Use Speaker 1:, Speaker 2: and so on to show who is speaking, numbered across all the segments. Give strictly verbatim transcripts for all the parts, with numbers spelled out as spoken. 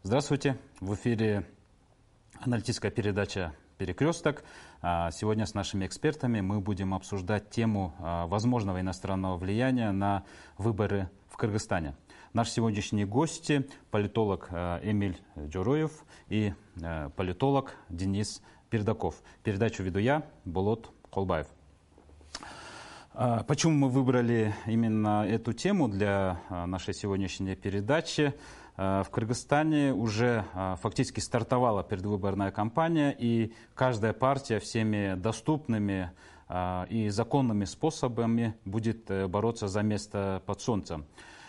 Speaker 1: Здравствуйте! В эфире аналитическая передача «Перекресток». Сегодня с нашими экспертами мы будем обсуждать тему возможного иностранного влияния на выборы в Кыргызстане. Наши сегодняшние гости – политолог Эмиль Джороев и политолог Денис Пердаков. Передачу веду я, Болот Колбаев. Почему мы выбрали именно эту тему для нашей сегодняшней передачи? В Кыргызстане уже фактически стартовала предвыборная кампания, и каждая партия всеми доступными и законными способами будет бороться за место под солнцем.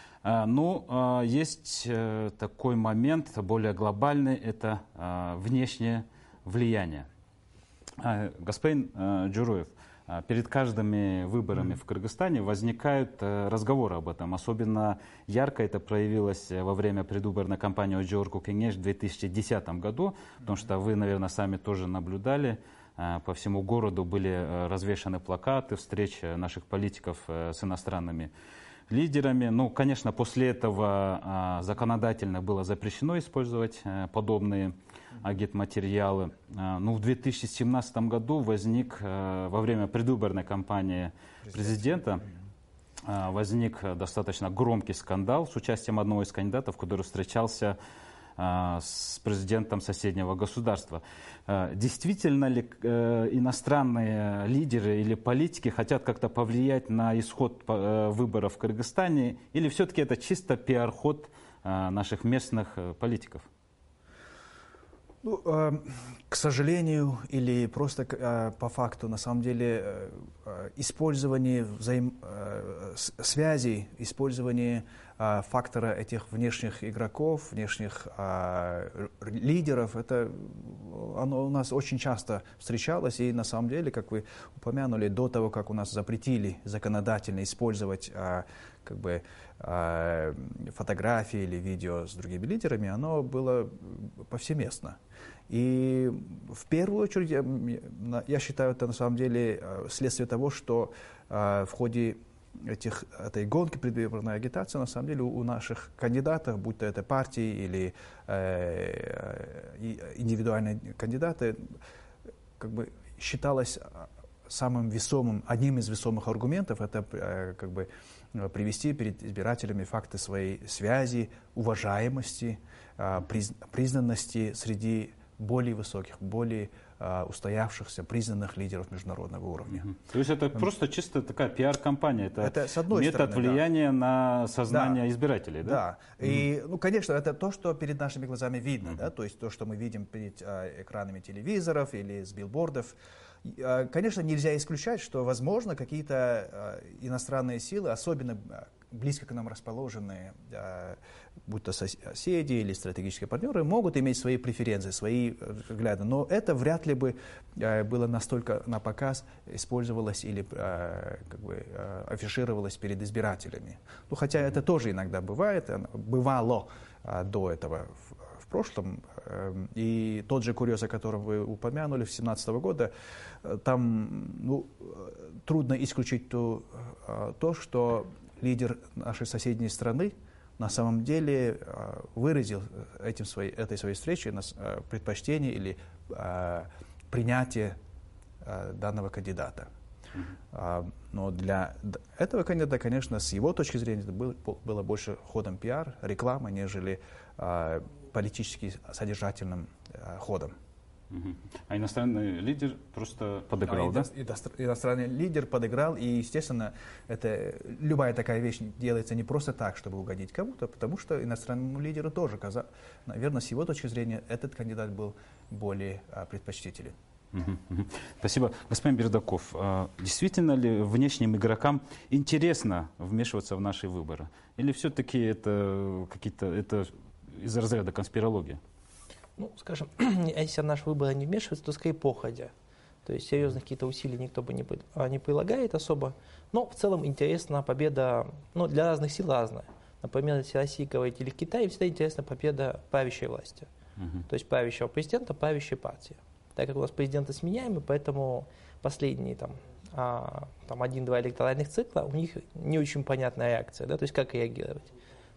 Speaker 1: Но есть такой момент, более глобальный, это внешнее влияние. Господин Джороев, перед каждыми выборами в Кыргызстане возникают разговоры об этом. Особенно ярко это проявилось во время предвыборной кампании Оджиорку Кенеш в две тысячи десятом году, потому что вы, наверное, сами тоже наблюдали. По всему городу были развешаны плакаты встреч наших политиков с иностранными лидерами. Ну, конечно, после этого законодательно было запрещено использовать подобные агитматериалы. Ну, в две тысячи семнадцатом году возник во время предвыборной кампании президента возник достаточно громкий скандал с участием одного из кандидатов, который встречался с президентом соседнего государства. Действительно ли иностранные лидеры или политики хотят как-то повлиять на исход выборов в Кыргызстане, или все-таки это чисто пиар-ход наших местных политиков?
Speaker 2: Ну, э, к сожалению, или просто э, по факту, на самом деле, э, использование взаим... э, связей, использование э, фактора этих внешних игроков, внешних э, лидеров, это оно у нас очень часто встречалось, и на самом деле, как вы упомянули, до того, как у нас запретили законодательно использовать э, как бы, э, фотографии или видео с другими лидерами, оно было повсеместно. И в первую очередь, я, я считаю, это на самом деле следствие того, что э, в ходе этих, этой гонки предвыборной агитации, на самом деле, у, у наших кандидатов, будь то это партии или э, индивидуальные кандидаты, как бы считалось самым весомым, одним из весомых аргументов, это э, как бы привести перед избирателями факты своей связи, уважаемости, э, приз, признанности среди более высоких, более uh, устоявшихся, признанных лидеров международного уровня. Mm-hmm.
Speaker 1: То есть это um, просто чисто такая пиар-компания, это, это с одной метод стороны, влияния да. на сознание да. избирателей, да?
Speaker 2: Да, mm-hmm. и, ну, конечно, это то, что перед нашими глазами видно, mm-hmm. да, то есть то, что мы видим перед uh, экранами телевизоров или с билбордов. Uh, конечно, нельзя исключать, что, возможно, какие-то uh, иностранные силы, особенно uh, близко к нам расположенные, uh, будь то соседи или стратегические партнеры, могут иметь свои преференции, свои взгляды. Но это вряд ли бы uh, было настолько на показ, использовалось или uh, как бы, uh, афишировалось перед избирателями. Ну, хотя это тоже иногда бывает, бывало uh, до этого в, в прошлом. И тот же курьез, о котором вы упомянули, в две тысячи семнадцатого года, там ну, трудно исключить то, то, что лидер нашей соседней страны на самом деле выразил этим своей, этой своей встречей предпочтение или принятие данного кандидата. Mm-hmm. Но для этого кандидата, конечно, с его точки зрения, это было, было больше ходом пиар, реклама, нежели политически содержательным э, ходом.
Speaker 1: Uh-huh. А иностранный лидер просто подыграл, а, да?
Speaker 2: И, иностранный лидер подыграл, и, естественно, это, любая такая вещь делается не просто так, чтобы угодить кому-то, потому что иностранному лидеру тоже, наверное, с его точки зрения, этот кандидат был более а, предпочтителен.
Speaker 1: Uh-huh, uh-huh. Спасибо. Господин Пердаков, а действительно ли внешним игрокам интересно вмешиваться в наши выборы? Или все-таки это какие-то... Это из разряда конспирологии?
Speaker 3: Ну, скажем, если в наш выбор не вмешивается, то скорее походя. То есть серьезных каких-то усилий никто бы не, не прилагает особо. Но в целом интересна победа, ну, для разных сил разная. Например, если Россия говорит или Китай, всегда интересна победа правящей власти. Uh-huh. То есть правящего президента, правящей партии. Так как у нас президенты сменяемы, поэтому последние там, а, там один-два электоральных цикла, у них не очень понятная реакция, да, то есть как реагировать.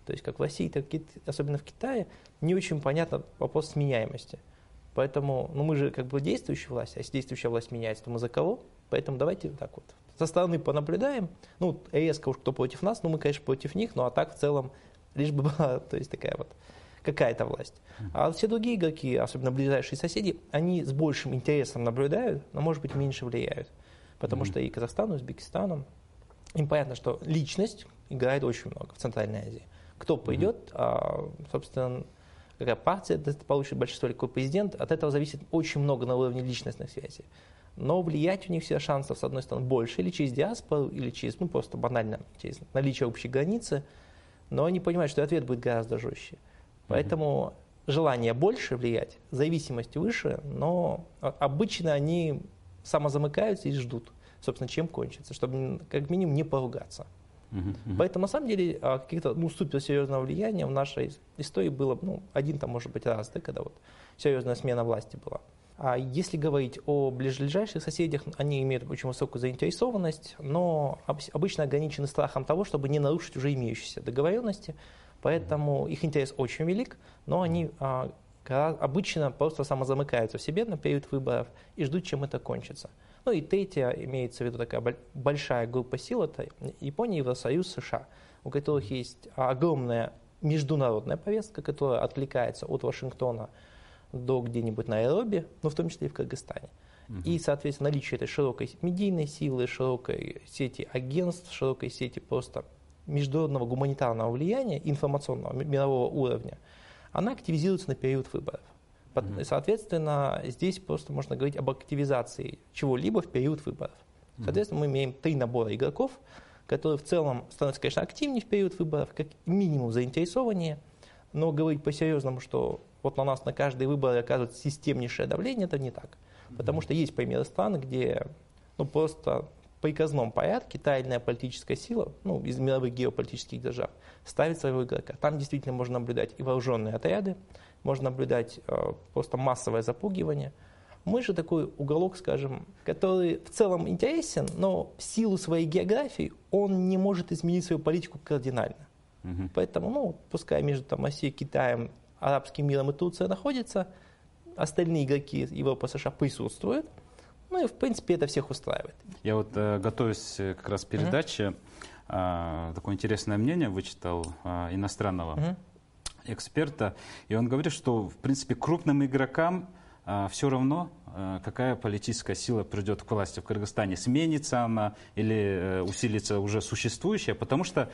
Speaker 3: То есть как в России, так и особенно в Китае, не очень понятно вопрос сменяемости. Поэтому, ну мы же как бы действующая власть, а если действующая власть меняется, то мы за кого? Поэтому давайте так вот со стороны понаблюдаем. Ну, резко уж кто против нас, ну мы, конечно, против них, ну а так в целом лишь бы была, то есть такая вот какая-то власть. А все другие игроки, особенно ближайшие соседи, они с большим интересом наблюдают, но, может быть, меньше влияют. Потому mm-hmm. что и Казахстану, и Узбекистану, им понятно, что личность играет очень много в Центральной Азии. Кто пойдет, mm-hmm. а, собственно, какая партия получит большинство или какой президент, от этого зависит очень много на уровне личностных связей. Но влиять у них все шансов, с одной стороны, больше, или через диаспору, или через, ну, просто банально, через наличие общей границы, но они понимают, что ответ будет гораздо жестче. Поэтому mm-hmm. желание больше влиять, зависимость выше, но обычно они самозамыкаются и ждут, собственно, чем кончится, чтобы как минимум не поругаться. Mm-hmm. Поэтому на самом деле каких-то ну, суперсерьезного влияния в нашей истории было ну, один там, может быть, раз, да, когда вот серьезная смена власти была. А если говорить о ближайших соседях, они имеют очень высокую заинтересованность, но обычно ограничены страхом того, чтобы не нарушить уже имеющиеся договоренности. Поэтому их интерес очень велик, но они а, обычно просто самозамыкаются в себе на период выборов и ждут, чем это кончится. Ну и третья, имеется в виду такая большая группа сил, это Япония, Евросоюз, США, у которых есть огромная международная повестка, которая откликается от Вашингтона до где-нибудь Найроби, но в том числе и в Кыргызстане. Uh-huh. И, соответственно, наличие этой широкой медийной силы, широкой сети агентств, широкой сети просто международного гуманитарного влияния, информационного, мирового уровня, она активизируется на период выборов. Mm-hmm. Соответственно, здесь просто можно говорить об активизации чего-либо в период выборов. Соответственно, mm-hmm. мы имеем три набора игроков, которые в целом становятся, конечно, активнее в период выборов, как минимум заинтересованнее, но говорить по-серьезному, что вот на нас на каждые выборы оказывается системнейшее давление, это не так. Mm-hmm. Потому что есть примеры стран, где ну, просто в приказном порядке та или иная политическая сила, ну, из мировых геополитических держав, ставит своего игрока. Там действительно можно наблюдать и вооруженные отряды, можно наблюдать э, просто массовое запугивание. Мы же такой уголок, скажем, который в целом интересен, но в силу своей географии он не может изменить свою политику кардинально. Mm-hmm. Поэтому, ну, пускай между там, Россией, Китаем, арабским миром и Турцией находится, остальные игроки Европы, США присутствуют. Ну и, в принципе, это всех устраивает.
Speaker 1: Я вот, э, готовясь как раз к передаче, uh-huh. э, такое интересное мнение вычитал э, иностранного uh-huh. эксперта. И он говорит, что, в принципе, крупным игрокам э, все равно, э, какая политическая сила придет к власти в Кыргызстане. Сменится она или э, усилится уже существующая, потому что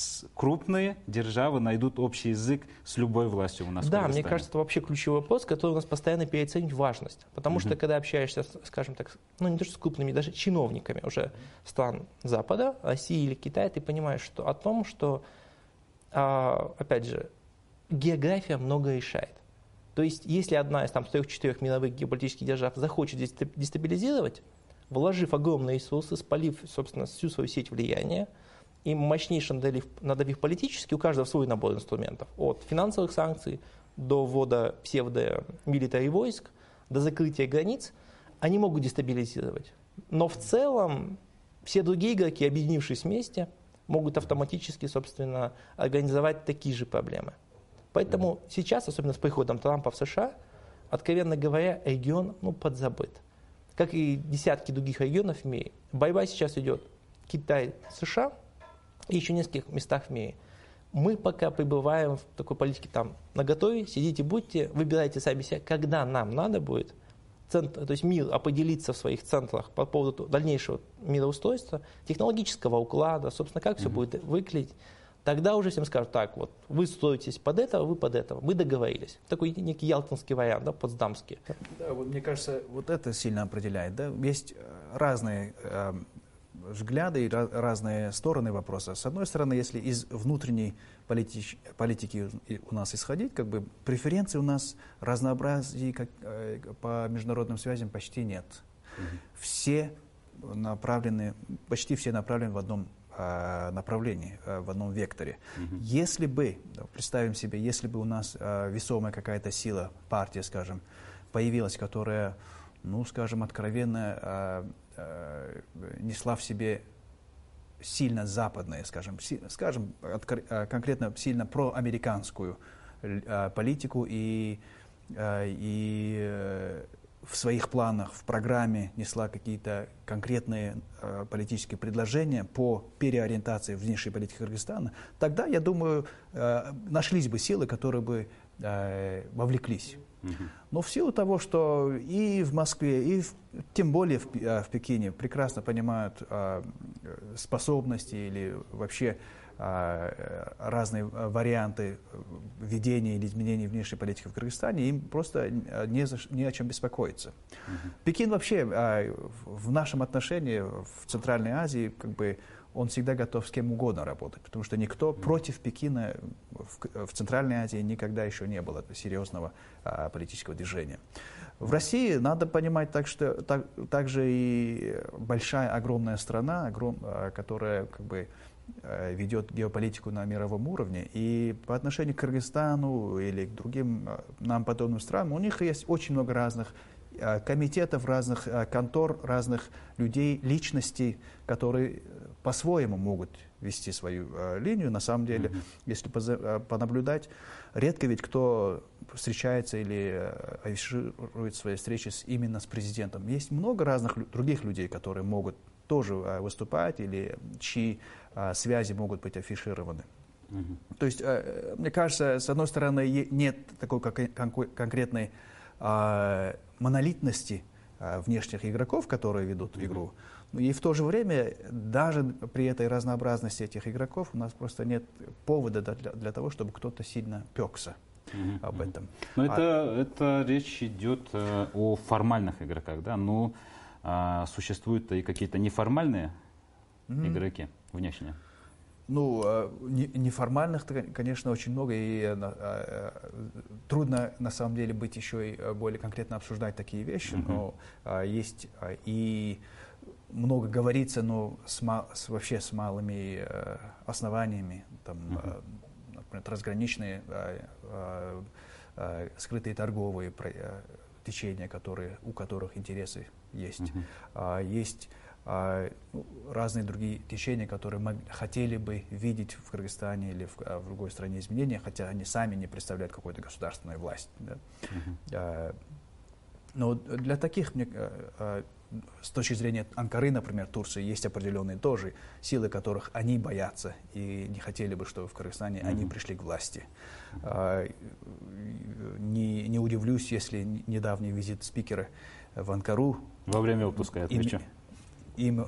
Speaker 1: крупные державы найдут общий язык с любой властью у нас
Speaker 3: да,
Speaker 1: в Кыргызстане.
Speaker 3: Мне кажется, это вообще ключевой вопрос, который у нас постоянно переоценивать важность. Потому uh-huh. что, когда общаешься, скажем так, ну не то что с крупными, даже чиновниками уже стран Запада, России или Китая, ты понимаешь, что о том, что, а, опять же, география много решает. То есть, если одна из там трех-четырех мировых геополитических держав захочет здесь дестабилизировать, вложив огромные ресурсы, спалив, собственно, всю свою сеть влияния, и мощнейше надавив, надавив политически, у каждого свой набор инструментов, от финансовых санкций до ввода псевдо-милитари войск, до закрытия границ, они могут дестабилизировать. Но в целом все другие игроки, объединившись вместе, могут автоматически, собственно, организовать такие же проблемы. Поэтому сейчас, особенно с приходом Трампа в США, откровенно говоря, регион ну, подзабыт. Как и десятки других регионов в мире. Борьба сейчас идет Китай, США и еще в нескольких местах в мире. Мы пока пребываем в такой политике там наготове, сидите, будьте, выбирайте сами себя, когда нам надо будет, центр, то есть мир определиться в своих центрах по поводу дальнейшего мироустройства, технологического уклада, собственно, как все mm-hmm. будет выглядеть. Тогда уже всем скажут, так, вот, вы строитесь под этого, вы под этого. Мы договорились. Такой некий ялтинский вариант, да, потсдамский.
Speaker 2: Да, вот мне кажется, вот это сильно определяет. Да? Есть разные э, взгляды и разные стороны вопроса. С одной стороны, если из внутренней политич, политики у нас исходить, как бы преференций у нас разнообразий как, э, по международным связям почти нет. Угу. Все направлены, почти все направлены в одном направлении, в одном векторе. Mm-hmm. Если бы, представим себе, если бы у нас весомая какая-то сила, партия, скажем, появилась, которая, ну, скажем, откровенно несла в себе сильно западные, скажем, си, скажем конкретно сильно проамериканскую политику и, и в своих планах, в программе несла какие-то конкретные э, политические предложения по переориентации внешней политики Кыргызстана, тогда, я думаю, э, нашлись бы силы, которые бы э, вовлеклись. Mm-hmm. Но в силу того, что и в Москве, и в, тем более в, в Пекине прекрасно понимают э, способности или вообще разные варианты ведения или изменения внешней политики в Кыргызстане, им просто не, за, не о чем беспокоиться. Uh-huh. Пекин вообще в нашем отношении в Центральной Азии, как бы, он всегда готов с кем угодно работать, потому что никто uh-huh. против Пекина в, в Центральной Азии никогда еще не было серьезного а, политического движения. В России надо понимать так, что так, также и большая, огромная страна, огром, которая как бы ведет геополитику на мировом уровне, и по отношению к Кыргызстану или к другим нам подобным странам у них есть очень много разных комитетов, разных контор, разных людей, личностей, которые по-своему могут вести свою линию. На самом деле, mm-hmm. если понаблюдать, редко ведь кто встречается или афиширует свои встречи с, именно с президентом. Есть много разных других людей, которые могут тоже выступать или чьи а, связи могут быть афишированы. Uh-huh. То есть, а, мне кажется, с одной стороны, нет такой кон- конкретной а, монолитности а, внешних игроков, которые ведут uh-huh. игру, и в то же время, даже при этой разнообразности этих игроков, у нас просто нет повода для, для того, чтобы кто-то сильно пекся uh-huh. об этом.
Speaker 1: Но а, это, это речь идет э, о формальных игроках, да? Но а, существуют и какие-то неформальные mm-hmm. игроки внешние?
Speaker 2: Ну, не, неформальных, конечно, очень много, и а, а, трудно, на самом деле, быть еще и более конкретно обсуждать такие вещи, mm-hmm. но а, есть а, и много говорится, но с, с, вообще с малыми а, основаниями, там, mm-hmm. а, например, трансграничные а, а, а, скрытые торговые а, течения, которые, у которых интересы есть. Uh-huh. А, есть а, ну, разные другие течения, которые мы хотели бы видеть в Кыргызстане или в, а, в другой стране изменения, хотя они сами не представляют какую-то государственную власть. Да? Uh-huh. А, но для таких, мне, а, с точки зрения Анкары, например, Турции, есть определенные тоже силы, которых они боятся и не хотели бы, чтобы в Кыргызстане uh-huh. они пришли к власти. А, не, не удивлюсь, если недавний визит спикера в Анкару
Speaker 1: во время отпуска, я отмечу.
Speaker 2: Им,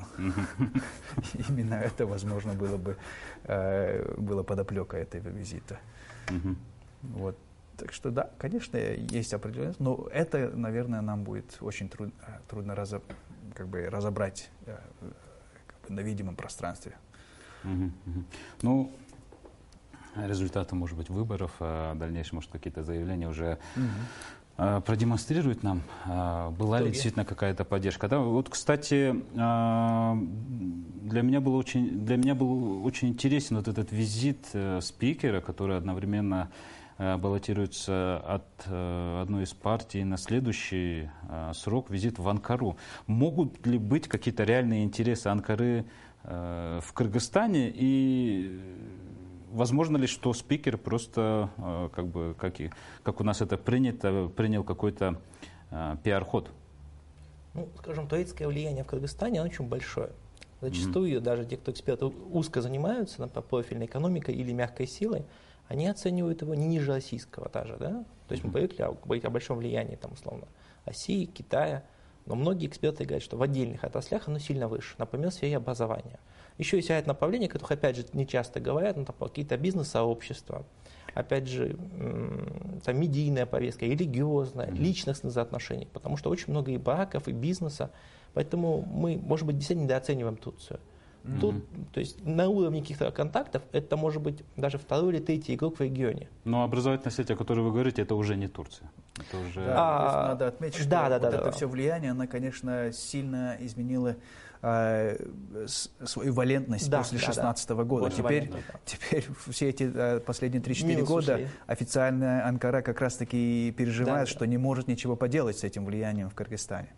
Speaker 2: именно это, возможно, было бы э, было подоплека этого визита. Uh-huh. Вот. Так что да, конечно, есть определенность, но это, наверное, нам будет очень труд, трудно разоб, как бы разобрать э, как бы на видимом пространстве.
Speaker 1: Uh-huh. Uh-huh. Ну, результаты, может быть, выборов, а дальнейшие, может, какие-то заявления уже uh-huh. продемонстрируют нам, была ли действительно какая-то поддержка. Да? Вот, кстати, для меня, было очень, для меня был очень интересен вот этот визит спикера, который одновременно баллотируется от одной из партий на следующий срок, визит в Анкару. Могут ли быть какие-то реальные интересы Анкары в Кыргызстане, и возможно ли, что спикер просто, как бы, как, и, как у нас это принято, принял какой-то пиар-ход?
Speaker 3: Ну, скажем, туристское влияние в Кыргызстане оно очень большое. Зачастую mm-hmm. даже те, кто эксперты узко занимаются, например, профильной экономикой или мягкой силой, они оценивают его не ниже российского даже, да? То есть мы привыкли говорить о большом влиянии, там, условно, России, Китая, но многие эксперты говорят, что в отдельных отраслях оно сильно выше, например, в сфере образования. Еще есть ряд направлений, о которых, опять же, не часто говорят, ну, там, какие-то бизнес-сообщества, опять же, там, медийная повестка, религиозная, mm-hmm. личностные отношения, потому что очень много и браков, и бизнеса, поэтому мы, может быть, действительно недооцениваем Турцию. Mm-hmm. Тут, то есть на уровне каких-то контактов это может быть даже второй или третий игрок в регионе.
Speaker 1: Но образовательная сеть, о которой вы говорите, это уже не Турция. Это уже...
Speaker 2: Да, а, надо отметить, что да, да, вот да, это да. все влияние, оно, конечно, сильно изменило э, свою валентность да, после шестнадцатого да, года. Теперь, да. теперь все эти э, последние три-четыре года ушли. Официальная Анкара как раз-таки переживает, да, что да. не может ничего поделать с этим влиянием в Кыргызстане.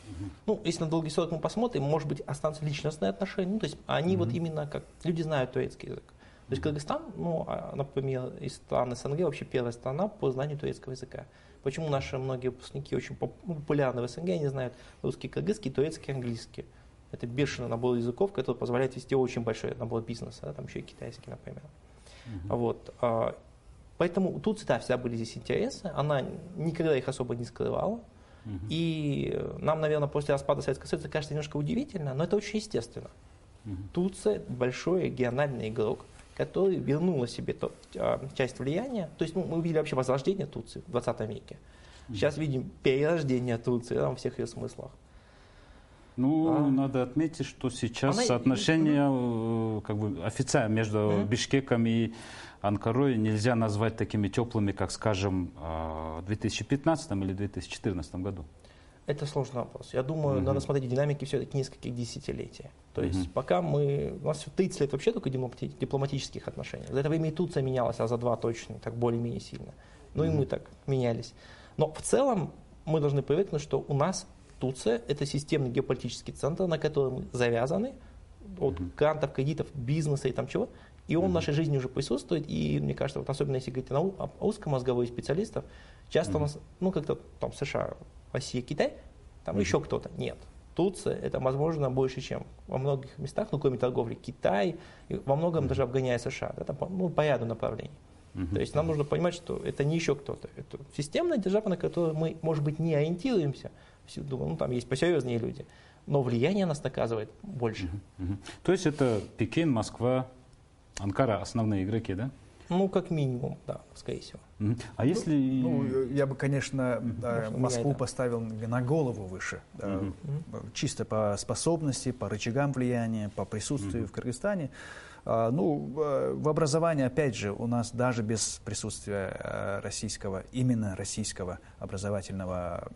Speaker 3: Угу. Ну, если на долгий срок мы посмотрим, может быть, останутся личностные отношения. Ну, то есть они угу. вот именно как люди знают турецкий язык. То есть Кыргызстан, ну, например, из стран СНГ вообще первая страна по знанию турецкого языка. Почему наши многие выпускники очень популярны в СНГ, они знают русский, кыргызский, турецкий, английский. Это бешеный набор языков, который позволяет вести очень большой набор бизнеса, да, там еще и китайский, например. Uh-huh. Вот. Поэтому у Турции, да, всегда были здесь интересы, она никогда их особо не скрывала. Uh-huh. И нам, наверное, после распада Советского Союза кажется немножко удивительно, но это очень естественно. Uh-huh. Турция большой региональный игрок, который вернула себе то, часть влияния. То есть ну, мы увидели вообще возрождение Турции в двадцатом веке. Сейчас видим перерождение Турции да, во всех ее смыслах.
Speaker 1: Ну,
Speaker 3: а.
Speaker 1: надо отметить, что сейчас
Speaker 3: Она...
Speaker 1: отношения
Speaker 3: mm-hmm.
Speaker 1: как бы официально между mm-hmm. Бишкеком и Анкарой нельзя назвать такими теплыми, как, скажем, в две тысячи пятнадцатом или две тысячи четырнадцатом году.
Speaker 3: Это сложный вопрос. Я думаю, mm-hmm. надо смотреть динамики все-таки нескольких десятилетий. То есть mm-hmm. пока мы... У нас тридцать лет вообще только дипломатических отношений. За это время и Турция менялась, а за два точно, так более-менее сильно. Ну mm-hmm. и мы так менялись. Но в целом мы должны привыкнуть, что у нас Турция – это системный геополитический центр, на который мы завязаны от mm-hmm. грантов, кредитов, бизнеса и там чего. И он mm-hmm. в нашей жизни уже присутствует. И мне кажется, вот особенно если говорить о, о узком разговоре специалистов, часто mm-hmm. у нас, ну как-то там США, Россия, Китай, там mm-hmm. еще кто-то. Нет. Турция – это, возможно, больше, чем во многих местах, ну кроме торговли, Китай, и во многом mm-hmm. даже обгоняя США, да, там, ну, по ряду направлений. Mm-hmm. То есть нам нужно понимать, что это не еще кто-то. Это системная держава, на которую мы, может быть, не ориентируемся. Думаю, ну там есть посерьезнее люди. Но влияние нас наказывает больше.
Speaker 1: Mm-hmm. Mm-hmm. То есть это Пекин, Москва, Анкара – основные игроки, да?
Speaker 3: Ну, как минимум, да, скорее всего.
Speaker 1: Mm-hmm. А ну, если…
Speaker 2: Ну, я бы, конечно, mm-hmm. Москву поставил на голову выше. Mm-hmm. Чисто по способности, по рычагам влияния, по присутствию mm-hmm. в Кыргызстане. Ну, в образовании, опять же, у нас даже без присутствия российского, именно российского образовательного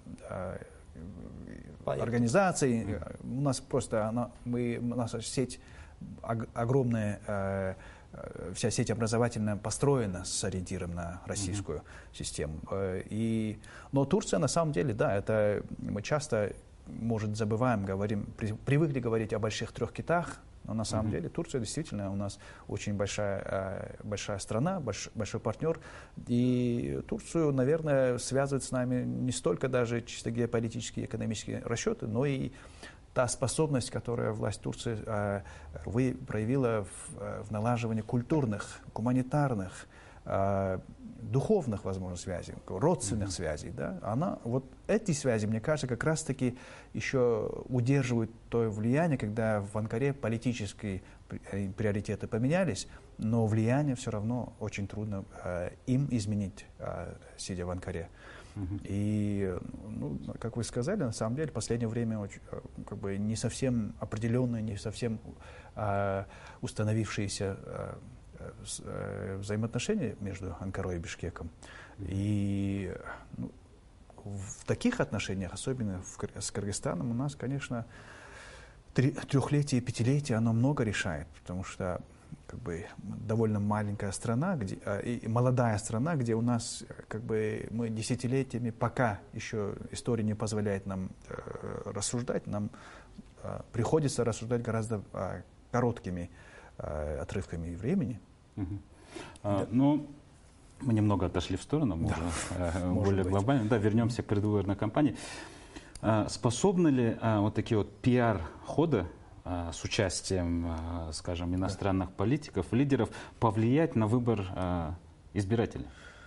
Speaker 2: Понятно. организации, mm-hmm. у нас просто она, мы, у нас сеть огромная, вся сеть образовательная построена с ориентиром на российскую mm-hmm. систему. И, но Турция, на самом деле, да, это мы часто, может, забываем, говорим, привыкли говорить о больших трех китах. Но на самом mm-hmm. деле Турция действительно у нас очень большая, большая страна, больш, большой партнер. И Турцию, наверное, связывает с нами не столько даже чисто геополитические, экономические расчеты, но и та способность, которую власть Турции э, вы проявила в, в налаживании культурных, гуманитарных, э, духовных, возможно, связей, родственных mm-hmm. связей, да, она, вот эти связи, мне кажется, как раз-таки еще удерживают то влияние, когда в Анкаре политические приоритеты поменялись, но влияние все равно очень трудно э, им изменить, э, сидя в Анкаре. Mm-hmm. И, ну, как вы сказали, на самом деле, в последнее время очень, как бы не совсем определенные, не совсем э, установившиеся э, взаимоотношения между Анкарой и Бишкеком. И ну, в таких отношениях, особенно в, с Кыргызстаном, у нас, конечно, три, трехлетие, пятилетие, оно много решает, потому что как бы довольно маленькая страна, где, и молодая страна, где у нас как бы мы десятилетиями, пока еще история не позволяет нам э, рассуждать, нам э, приходится рассуждать гораздо э, короткими э, отрывками времени. Uh-huh.
Speaker 1: А, да. Ну, мы немного отошли в сторону, мы да. уже более быть. глобально. Да, вернемся к предвыборной кампании. А, способны ли а, вот такие вот пиар-ходы а, с участием, а, скажем, иностранных да. политиков, лидеров повлиять на выбор а, избирателей?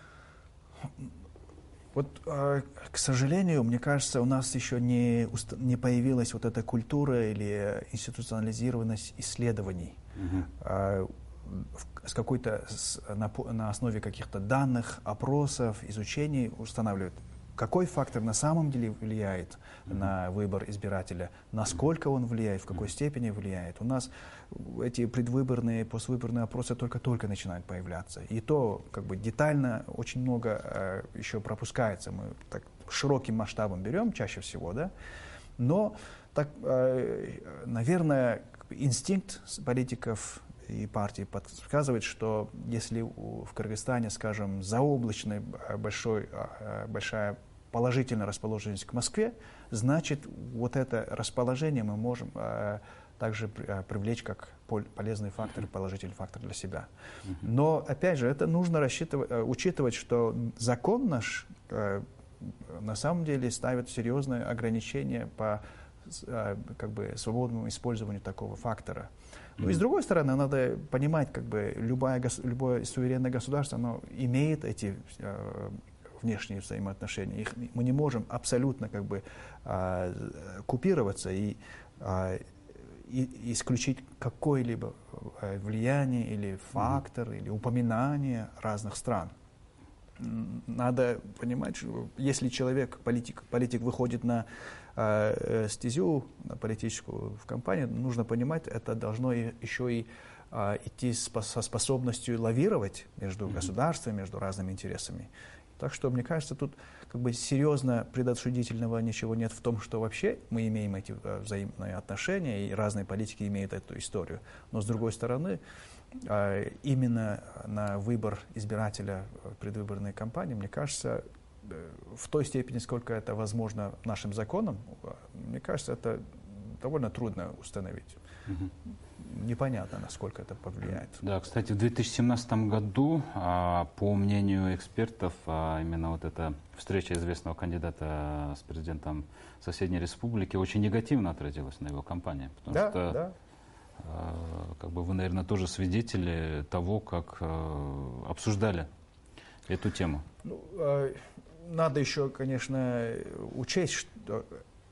Speaker 2: Вот, к сожалению, мне кажется, у нас еще не, уст... не появилась вот эта культура или институционализированность исследований. Uh-huh. С какой-то, на, на основе каких-то данных, опросов, изучений устанавливают, какой фактор на самом деле влияет mm-hmm. на выбор избирателя, насколько он влияет, в какой mm-hmm. степени влияет. У нас эти предвыборные, поствыборные опросы только-только начинают появляться. И то как бы детально очень много э, еще пропускается. Мы так широким масштабом берем чаще всего, да. Но, так, э, наверное, инстинкт политиков и партии подсказывает, что если в Кыргызстане, скажем, заоблачная большой, большая положительная расположенность к Москве, значит, вот это расположение мы можем э, также э, привлечь как полезный фактор, положительный фактор для себя. Но, опять же, это нужно рассчитывать, э, учитывать, что закон наш э, на самом деле ставит серьезные ограничения по э, как бы, свободному использованию такого фактора. Ну и с другой стороны, надо понимать, как бы любое, любое суверенное государство, оно имеет эти э, внешние взаимоотношения. Их мы не можем абсолютно как бы э, купироваться и, э, и исключить какое-либо влияние или фактор, mm-hmm. или упоминание разных стран. Надо понимать, что если человек, политик, политик выходит на э, стезю на политическую в кампанию, нужно понимать, это должно и, еще и э, идти с, со способностью лавировать между mm-hmm. государствами, между разными интересами. Так что, мне кажется, тут как бы серьезно предосудительного ничего нет в том, что вообще мы имеем эти э, взаимные отношения, и разные политики имеют эту историю. Но, с другой стороны, э, именно на выбор избирателя в предвыборной кампании, мне кажется, э, в той степени, сколько это возможно нашим законом, э, мне кажется, это довольно трудно установить. Mm-hmm. Непонятно, насколько это повлияет.
Speaker 1: Да, кстати, в две тысячи семнадцатом году, по мнению экспертов, именно вот эта встреча известного кандидата с президентом соседней республики очень негативно отразилась на его кампании. Потому
Speaker 2: да,
Speaker 1: что
Speaker 2: да.
Speaker 1: как бы вы, наверное, тоже свидетели того, как обсуждали эту тему.
Speaker 2: Ну, надо еще, конечно, учесть, что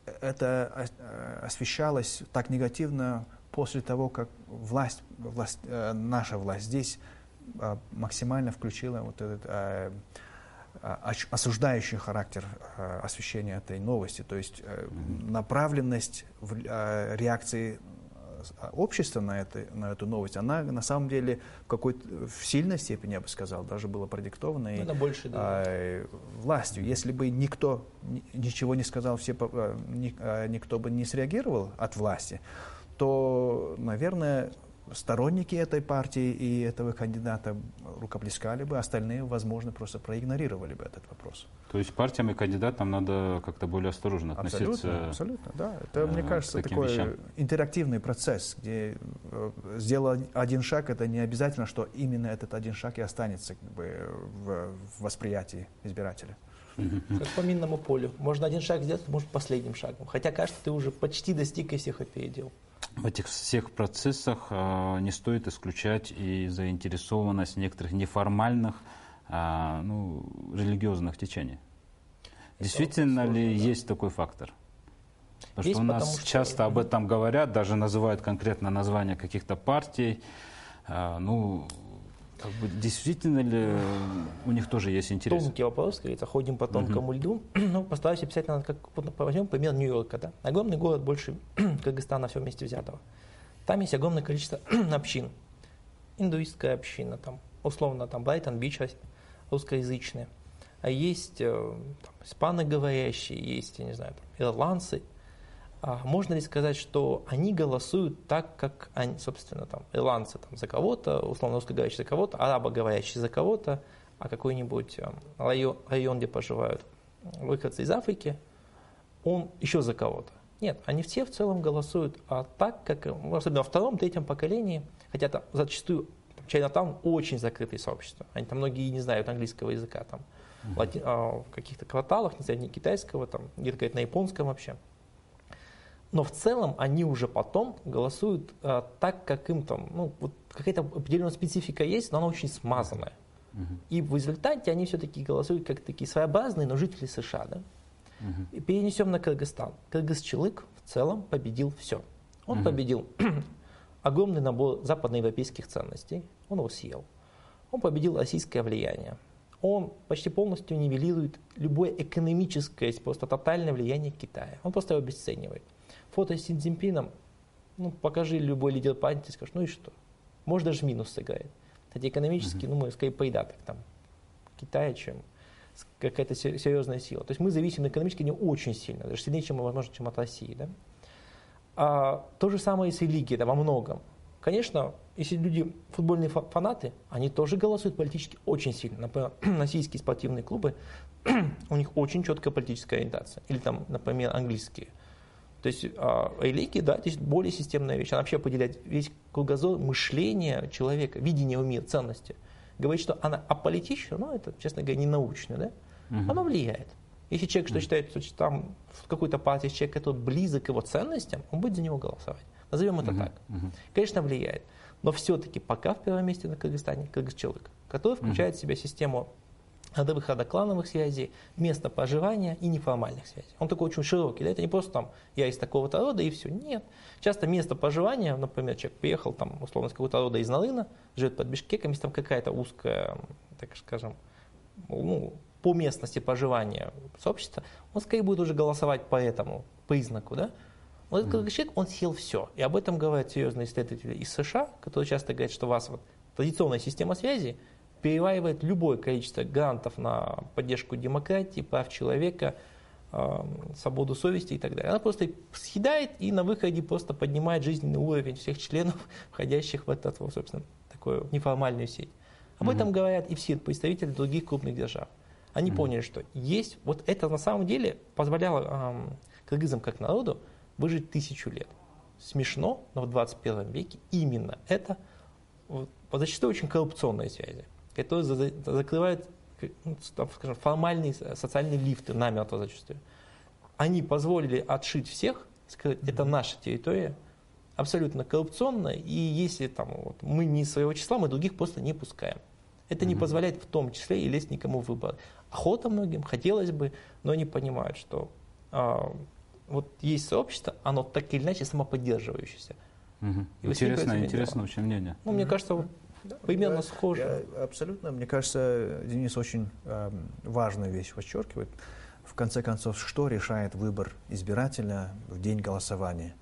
Speaker 2: это освещалось так негативно после того, как власть, власть, э, наша власть здесь э, максимально включила вот этот э, э, осуждающий характер э, освещения этой новости, то есть э, mm-hmm. направленность в, э, реакции общества на, это, на эту новость, она на самом деле в какой-то в сильной степени, я бы сказал, даже была продиктована и,
Speaker 3: больше, да.
Speaker 2: э, властью. Если бы никто ничего не сказал, все, э, ни, э, никто бы не среагировал от власти, то, наверное, сторонники этой партии и этого кандидата рукоплескали бы, остальные, возможно, просто проигнорировали бы этот вопрос.
Speaker 1: То есть партиям и кандидатам надо как-то более осторожно относиться.
Speaker 2: Абсолютно, абсолютно, да. Это, мне кажется, такой
Speaker 1: вещам.
Speaker 2: интерактивный процесс, где э, сделал один шаг, это не обязательно, что именно этот один шаг и останется как бы, в, в восприятии избирателя.
Speaker 3: Как по минному полю. Можно один шаг сделать, может последним шагом. Хотя, кажется, ты уже почти достиг и всех опередил.
Speaker 1: В этих всех процессах э, не стоит исключать и заинтересованность некоторых неформальных, э, ну, религиозных течений. Это Действительно сложно, ли да? есть такой фактор? Потому есть, что у нас потому, часто что... об этом говорят, даже называют конкретно название каких-то партий. Э, ну, как бы, действительно ли у них тоже есть интерес?
Speaker 3: Тонкий вопрос, как говорится, ходим по тонкому uh-huh. льду. Ну, постараюсь описать, как возьмем пример Нью-Йорка. Да? Огромный город, больше Кыргызстана, все вместе взятого. Там есть огромное количество общин. Индуистская община, там, условно, там Брайтон-Бич русскоязычная. А есть там, испаноговорящие, есть, я не знаю, там, ирландцы. А можно ли сказать, что они голосуют так, как они, собственно, там, ирландцы там, за кого-то, условно русскоговорящие за кого-то, арабоговорящие за кого-то, а какой-нибудь район, район, где проживают выходцы из Африки, он еще за кого-то. Нет, они все в целом голосуют а так, как, особенно во втором, третьем поколении, хотя там зачастую Чайнатаун очень закрытое сообщество. Они там многие не знают английского языка, там, mm-hmm. лати, а, в каких-то кварталах, не знаю, не китайского, там, где-то говорят на японском вообще. Но в целом они уже потом голосуют а, так, как им там, ну, вот какая-то определенная специфика есть, но она очень смазанная. Uh-huh. И в результате они все-таки голосуют как такие своеобразные, но жители США. Да? Uh-huh. И перенесем на Кыргызстан. Кыргызчылык в целом победил все. Он uh-huh. победил огромный набор западноевропейских ценностей, он его съел. Он победил российское влияние. Он почти полностью нивелирует любое экономическое, просто тотальное влияние Китая. Он просто его обесценивает. Фото с Си Цзиньпином, ну, покажи любой лидер партии, скажешь, ну и что? Может, даже минус сыграет. Кстати, экономически, uh-huh. ну, мы скорее поедаток там Китая, чем какая-то серьезная сила. То есть мы зависим экономически не очень сильно, даже сильнее, чем, возможно, чем от России. Да? А, то же самое и с религией, да, во многом. Конечно, если люди, футбольные фанаты, они тоже голосуют политически очень сильно. Например, российские спортивные клубы, у них очень четкая политическая ориентация. Или там, например, английские. То есть религия, да, это более системная вещь. Она вообще определяет весь кругозор мышления человека, видение в мир, ценности. Говорит, что она аполитична, но это, честно говоря, не научно, да? Угу. Оно влияет. Если человек что считает, что там в какой-то партии человек, который близок к его ценностям, он будет за него голосовать. Назовем это uh-huh, так. Uh-huh. Конечно, влияет. Но все-таки пока в первом месте на Кыргызстане кыргыз-человек, который включает uh-huh. в себя систему родовых, родоклановых связей, место проживания и неформальных связей. Он такой очень широкий. Да? Это не просто там я из такого-то рода и все. Нет. Часто место проживания, например, человек приехал там, условно, из какого-то рода из Нарына, живет под Бишкеком, если там какая-то узкая, так скажем, ну, по местности проживания сообщества, он скорее будет уже голосовать по этому признаку. Да? Вот этот mm-hmm. человек, он съел все. И об этом говорят серьезные исследователи из США, которые часто говорят, что у вас вот традиционная система связи переваривает любое количество грантов на поддержку демократии, прав человека, э, свободу совести и так далее. Она просто съедает и на выходе просто поднимает жизненный уровень всех членов, входящих в эту, собственно, такую неформальную сеть. Об mm-hmm. этом говорят и все представители других крупных держав. Они mm-hmm. поняли, что есть, вот это на самом деле позволяло э, кыргызам как народу выжить тысячу лет. Смешно, но в двадцать первом веке именно это вот, зачастую очень коррупционные связи, которые за, за, закрывают, ну, скажем, формальные социальные лифты намертво зачастую. Они позволили отшить всех, сказать, mm-hmm. это наша территория, абсолютно коррупционная, и если там, вот, мы не своего числа, мы других просто не пускаем. Это mm-hmm. не позволяет в том числе и лезть никому в выбор. Охота многим, хотелось бы, но они понимают, что а, вот есть сообщество, оно так или иначе самоподдерживающееся.
Speaker 1: Угу. Интересное, интересное очень мнение.
Speaker 3: Ну, мне кажется, вот, да, примерно я, схоже.
Speaker 2: Я, абсолютно. Мне кажется, Денис очень э, важную вещь подчеркивает. В конце концов, что решает выбор избирателя в день голосования?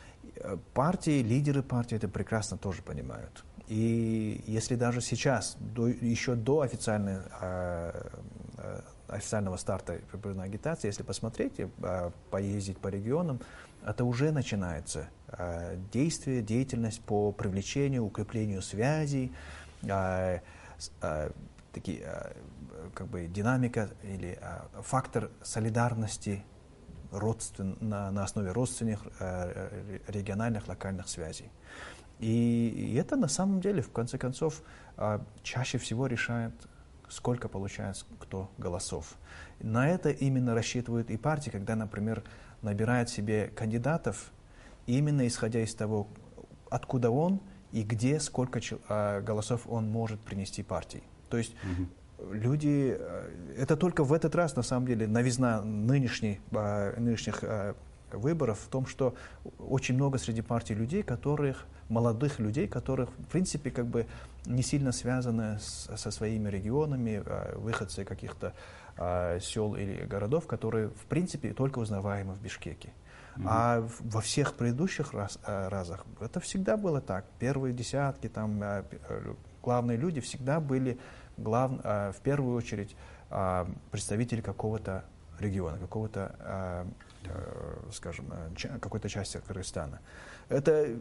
Speaker 2: Партии, лидеры партии это прекрасно тоже понимают. И если даже сейчас, до, еще до официальной, э, э, официального старта выборной агитации, если посмотреть, э, поездить по регионам, это уже начинается э, действие, деятельность по привлечению, укреплению связей, э, э, такие, э, как бы динамика или э, фактор солидарности родствен, на, на основе родственных э, региональных, локальных связей. И, и это на самом деле, в конце концов, э, чаще всего решает, сколько получает кто голосов. На это именно рассчитывают и партии, когда, например, набирает себе кандидатов, именно исходя из того, откуда он и где, сколько э, голосов он может принести партии. То есть mm-hmm. люди, э, это только в этот раз, на самом деле, новизна нынешней, э, нынешних э, выборов в том, что очень много среди партий людей, которых, молодых людей, которых, в принципе, как бы не сильно связаны с, со своими регионами, э, выходцы каких-то э, сел или городов, которые, в принципе, только узнаваемы в Бишкеке. Mm-hmm. А в, во всех предыдущих раз, э, разах это всегда было так. Первые десятки, там, э, главные люди всегда были, глав, э, в первую очередь, э, представители какого-то региона, какого-то, э, э, скажем, э, какой-то части Кыргызстана. Это,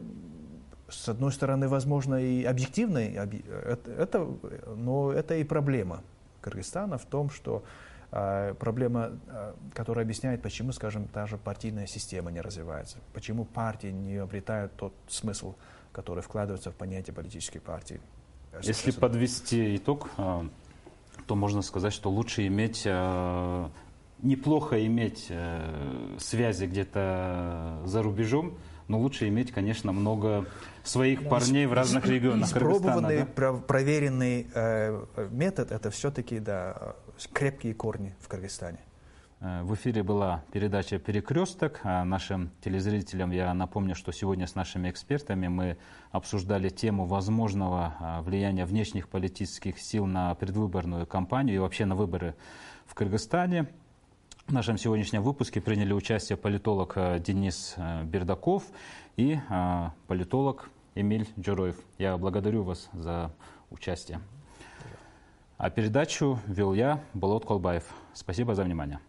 Speaker 2: с одной стороны, возможно, и объективно, это, это, но это и проблема Кыргызстана в том, что э, проблема, э, которая объясняет, почему, скажем, та же партийная система не развивается, почему партии не обретают тот смысл, который вкладывается в понятие политической партии.
Speaker 1: Если подвести итог, то можно сказать, что лучше иметь, неплохо иметь связи где-то за рубежом, но лучше иметь, конечно, много своих да, парней в разных регионах Кыргызстана.
Speaker 2: Испробованный, да? проверенный э, метод – это все-таки да, крепкие корни в Кыргызстане.
Speaker 1: В эфире была передача «Перекресток». Нашим телезрителям я напомню, что сегодня с нашими экспертами мы обсуждали тему возможного влияния внешних политических сил на предвыборную кампанию и вообще на выборы в Кыргызстане. В нашем сегодняшнем выпуске приняли участие политолог Денис Бердаков и политолог Эмиль Джуроев. Я благодарю вас за участие. А передачу вел я, Болот Колбаев. Спасибо за внимание.